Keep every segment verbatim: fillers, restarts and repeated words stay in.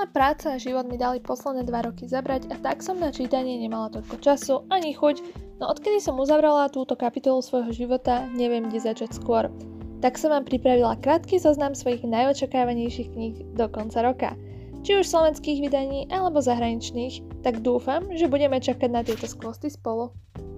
ale práca a život mi dali posledné dva roky zabrať a tak som na čítanie nemala toľko času ani chuť, no odkedy som uzavrela túto kapitolu svojho života, neviem kde začať skôr. Tak som vám pripravila krátky zoznam svojich najočakávanejších kníh do konca roka. Či už slovenských vydaní alebo zahraničných, tak dúfam, že budeme čakať na tieto skvosty spolu.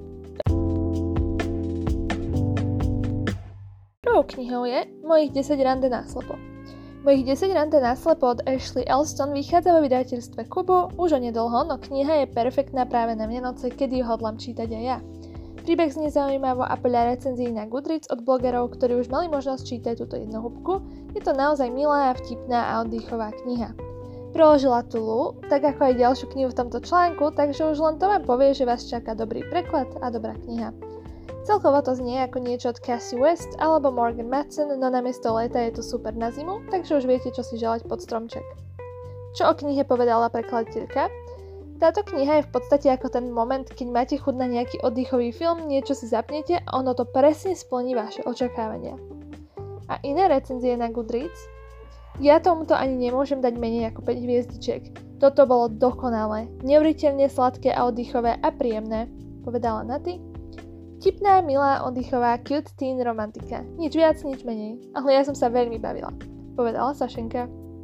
Prvou knihou je Mojich desať rande náslepo. Mojich desať rande náslepo od Ashley Elston vychádza vo vydavateľstve Kubu už onedlho, no kniha je perfektná práve na Vianoce, kedy ju hodlám čítať aj ja. Príbeh znie zaujímavo a podľa recenzií na Goodreads od blogerov, ktorí už mali možnosť čítať túto jednohúbku, je to naozaj milá a vtipná a oddychová kniha. Preložila tu Lu, tak ako aj ďalšiu knihu v tomto článku, takže už len to vám povie, že vás čaká dobrý preklad a dobrá kniha. Celkovo to znie ako niečo od Cassie West alebo Morgan Matson, no namiesto leta je to super na zimu, takže už viete, čo si želať pod stromček. Čo o knihe povedala prekladateľka? Táto kniha je v podstate ako ten moment, keď máte chuť na nejaký oddychový film, niečo si zapnete a ono to presne splní vaše očakávania. A iné recenzie na Goodreads? Ja tomuto ani nemôžem dať menej ako päť hviezdičiek. Toto bolo dokonalé, neuveriteľne sladké a oddychové a príjemné, povedala Naty. Tipná, milá, oddychová, cute teen romantika. Nič viac, nič menej. Ale ja som sa veľmi bavila, povedala Sašenka.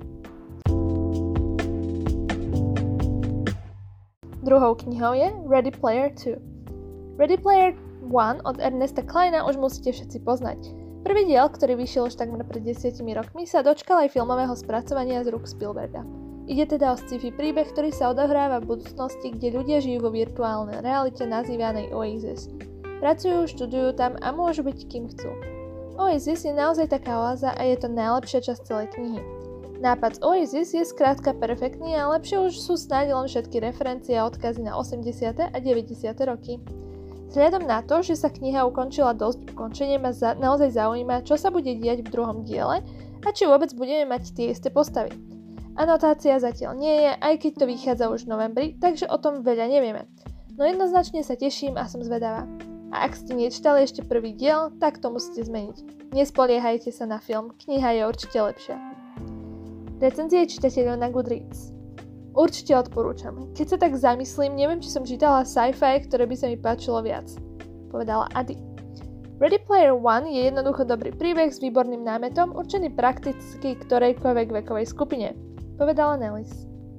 Druhou knihou je Ready Player two. Ready Player one od Ernesta Kleina už musíte všetci poznať. Prvý diel, ktorý vyšiel už takmer pred desiatimi rokmi, sa dočkal aj filmového spracovania z rúk Spielberga. Ide teda o sci-fi príbeh, ktorý sa odohráva v budúcnosti, kde ľudia žijú vo virtuálnej realite nazývanej Oasis. Pracujú, študujú tam a môžu byť kým chcú. Oasis je naozaj taká oáza a je to najlepšia časť celej knihy. Nápad z Oasis je skrátka perfektný a lepšie už sú snáď len všetky referencie a odkazy na osemdesiate a deväťdesiate roky. Vzhľadom na to, že sa kniha ukončila dosť ukončenie, ma za- naozaj zaujíma, čo sa bude diať v druhom diele a či vôbec budeme mať tie isté postavy. Anotácia zatiaľ nie je, aj keď to vychádza už v novembri, takže o tom veľa nevieme. No jednoznačne sa teším a som zvedavá. A ak ste nečítali ešte prvý diel, tak to musíte zmeniť. Nespoliehajte sa na film, kniha je určite lepšia. Recenzie čitateľov na Goodreads. Určite odporúčam. Keď sa tak zamyslím, neviem, či som čítala sci-fi, ktoré by sa mi páčilo viac, povedala Ady. Ready Player one je jednoducho dobrý príbeh s výborným námetom, určený prakticky ktorejkoľvek vekovej skupine, povedala Nellis.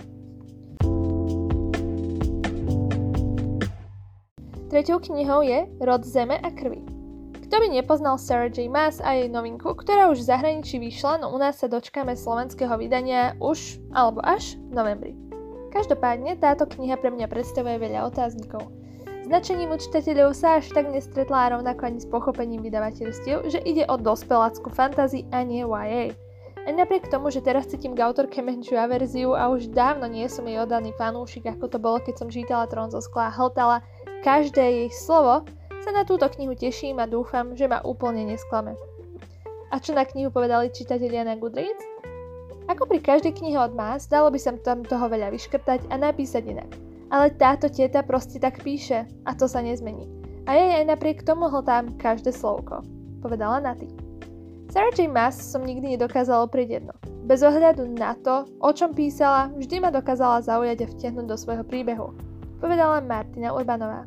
Treťou knihou je Rod zeme a krvi. Kto by nepoznal Sarah J. Maas a jej novinku, ktorá už v zahraničí vyšla, no u nás sa dočkáme slovenského vydania už alebo až v novembri. Každopádne táto kniha pre mňa predstavuje veľa otáznikov. S nadšením u čitateľov sa až tak nestretla rovnako ani s pochopením vydavateľstiev, že ide o dospelácku fantasy a nie Y A. Aj napriek tomu, že teraz cítim k autorke menšiu averziu a už dávno nie som jej oddaný fanúšik, ako to bolo, keď som čítala Trón zo skla a hltala každé jej slovo, sa na túto knihu teším a dúfam, že ma úplne nesklame. A čo na knihu povedali čitatelia na Goodreads? Ako pri každej knihe od Maas, dalo by sa tam toho veľa vyškrtať a napísať inak. Ale táto teta proste tak píše a to sa nezmení. A ja aj napriek tomu hltám každé slovko, povedala Naty. Sarah J. Maas som nikdy nedokázala oprieť jedno. Bez ohľadu na to, o čom písala, vždy ma dokázala zaujať a vtiahnuť do svojho príbehu, povedala Martina Urbanová.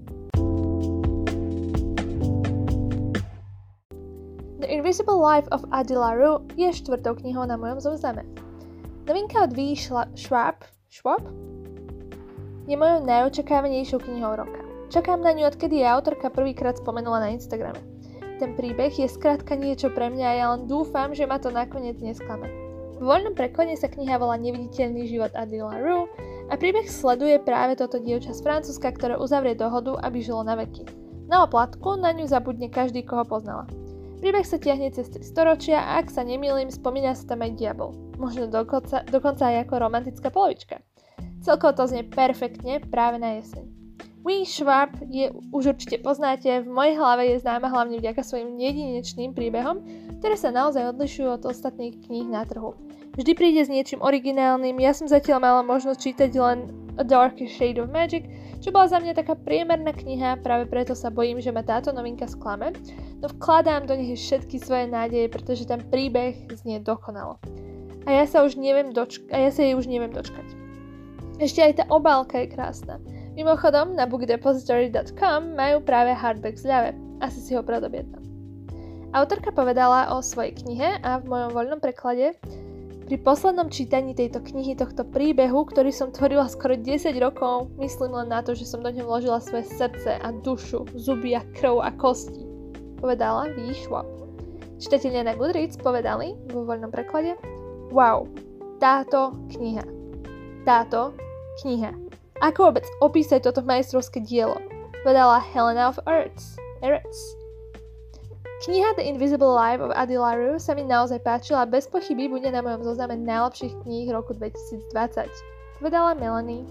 The Invisible Life of Addie LaRue je štvrtou knihou na mojom zozname. Novinka od V. Schwab, Schwab je mojou najočakávanejšou knihou roka. Čakám na ňu, odkedy je autorka prvýkrát spomenula na Instagrame. Ten príbeh je skrátka niečo pre mňa a ja len dúfam, že ma to nakoniec nesklame. V voľnom preklade sa kniha volá Neviditeľný život Addie LaRue a príbeh sleduje práve toto dievča z Francúzska, ktoré uzavrie dohodu, aby žilo na veky. Na oplatku na ňu zabudne každý, koho poznala. Príbeh sa tiahne cez tri storočia a ak sa nemýlim, spomína sa tam aj diabol. Možno dokonca, dokonca aj ako romantická polovička. Celkovo to znie perfektne práve na jeseň. V. Schwab je, už určite poznáte, v mojej hlave je známa hlavne vďaka svojim jedinečným príbehom, ktoré sa naozaj odlišujú od ostatných kníh na trhu. Vždy príde s niečím originálnym, ja som zatiaľ mala možnosť čítať len A Darker Shade of Magic, čo bola za mňa taká priemerná kniha, práve preto sa bojím, že ma táto novinka sklame, no vkladám do nich všetky svoje nádeje, pretože ten príbeh znie dokonalo. A ja sa už neviem dočkať, a ja sa jej už neviem dočkať. Ešte aj tá obálka je krásna. Mimochodom, na book depository dot com majú práve hardback v zľave. Asi si ho predobjednám. Autorka povedala o svojej knihe a v mojom voľnom preklade: pri poslednom čítaní tejto knihy, tohto príbehu, ktorý som tvorila skoro desať rokov, myslím len na to, že som do ňa vložila svoje srdce a dušu, zuby a krv a kosti, povedala Ví Schwab. Čitatelia na Goodreads povedali vo voľnom preklade: wow, táto kniha. Táto kniha. Ako vôbec opísať toto majstrovské dielo? Povedala Helena of Earth. Earth. Kniha The Invisible Life of Addie LaRue sa mi naozaj páčila a bez pochyby bude na mojom zozname najlepších kníh roku dvetisícdvadsať. Povedala Melanie.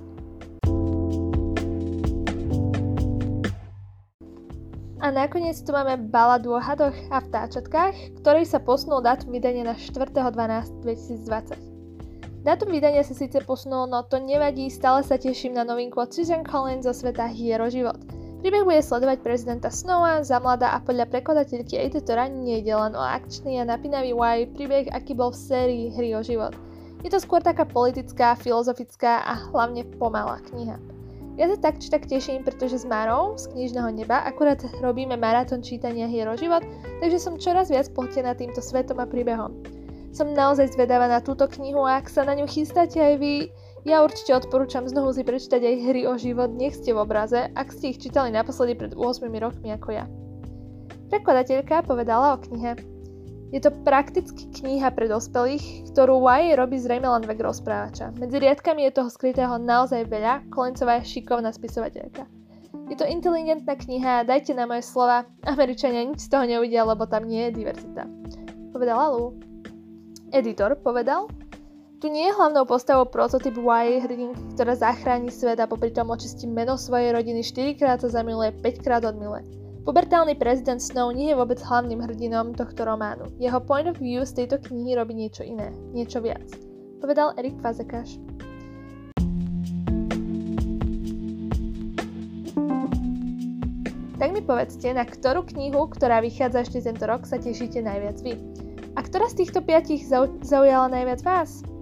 A nakoniec tu máme baladu o hadoch a vtáčatkách, ktorej sa posunul dátum vydania na štvrtého decembra dvetisícdvadsať. Dátum vydania sa síce posunul, no to nevadí, stále sa teším na novinku od Susan Collins zo sveta Hier o život. Príbeh bude sledovať prezidenta Snowa, za mladá a podľa prekladateľky a editora nejde len o akčný a napínavý Y A príbeh, aký bol v sérii Hry o život. Je to skôr taká politická, filozofická a hlavne pomalá kniha. Ja sa tak či tak teším, pretože s Marou z Knižného neba akurát robíme maratón čítania Hier o život, takže som čoraz viac pohltená týmto svetom a príbehom. Som naozaj zvedavá na túto knihu a ak sa na ňu chystáte aj vy, ja určite odporúčam znovu si prečítať aj Hry o život, nech ste v obraze, ak ste ich čítali naposledy pred ôsmimi rokmi ako ja. Prekladateľka povedala o knihe: je to prakticky kniha pre dospelých, ktorú Y A robí zrejme len vek rozprávača. Medzi riadkami je toho skrytého naozaj veľa, Collinsová je šikovná spisovateľka. Je to inteligentná kniha a dajte na moje slova, Američania nič z toho neuvidia, lebo tam nie je diverzita. Povedala Lou. Editor povedal: tu nie je hlavnou postavou prototyp Y A hrdinky, ktorá zachráni svet a popri tom očistí meno svojej rodiny, štyrikrát sa zamiluje, päťkrát odmiluje. Pubertálny prezident Snow nie je vôbec hlavným hrdinom tohto románu. Jeho point of view z tejto knihy robí niečo iné, niečo viac. Povedal Erik Fazekas. Tak mi povedzte, na ktorú knihu, ktorá vychádza ešte tento rok, sa tešíte najviac vy. A ktorá z týchto piatich zau- zaujala najviac vás?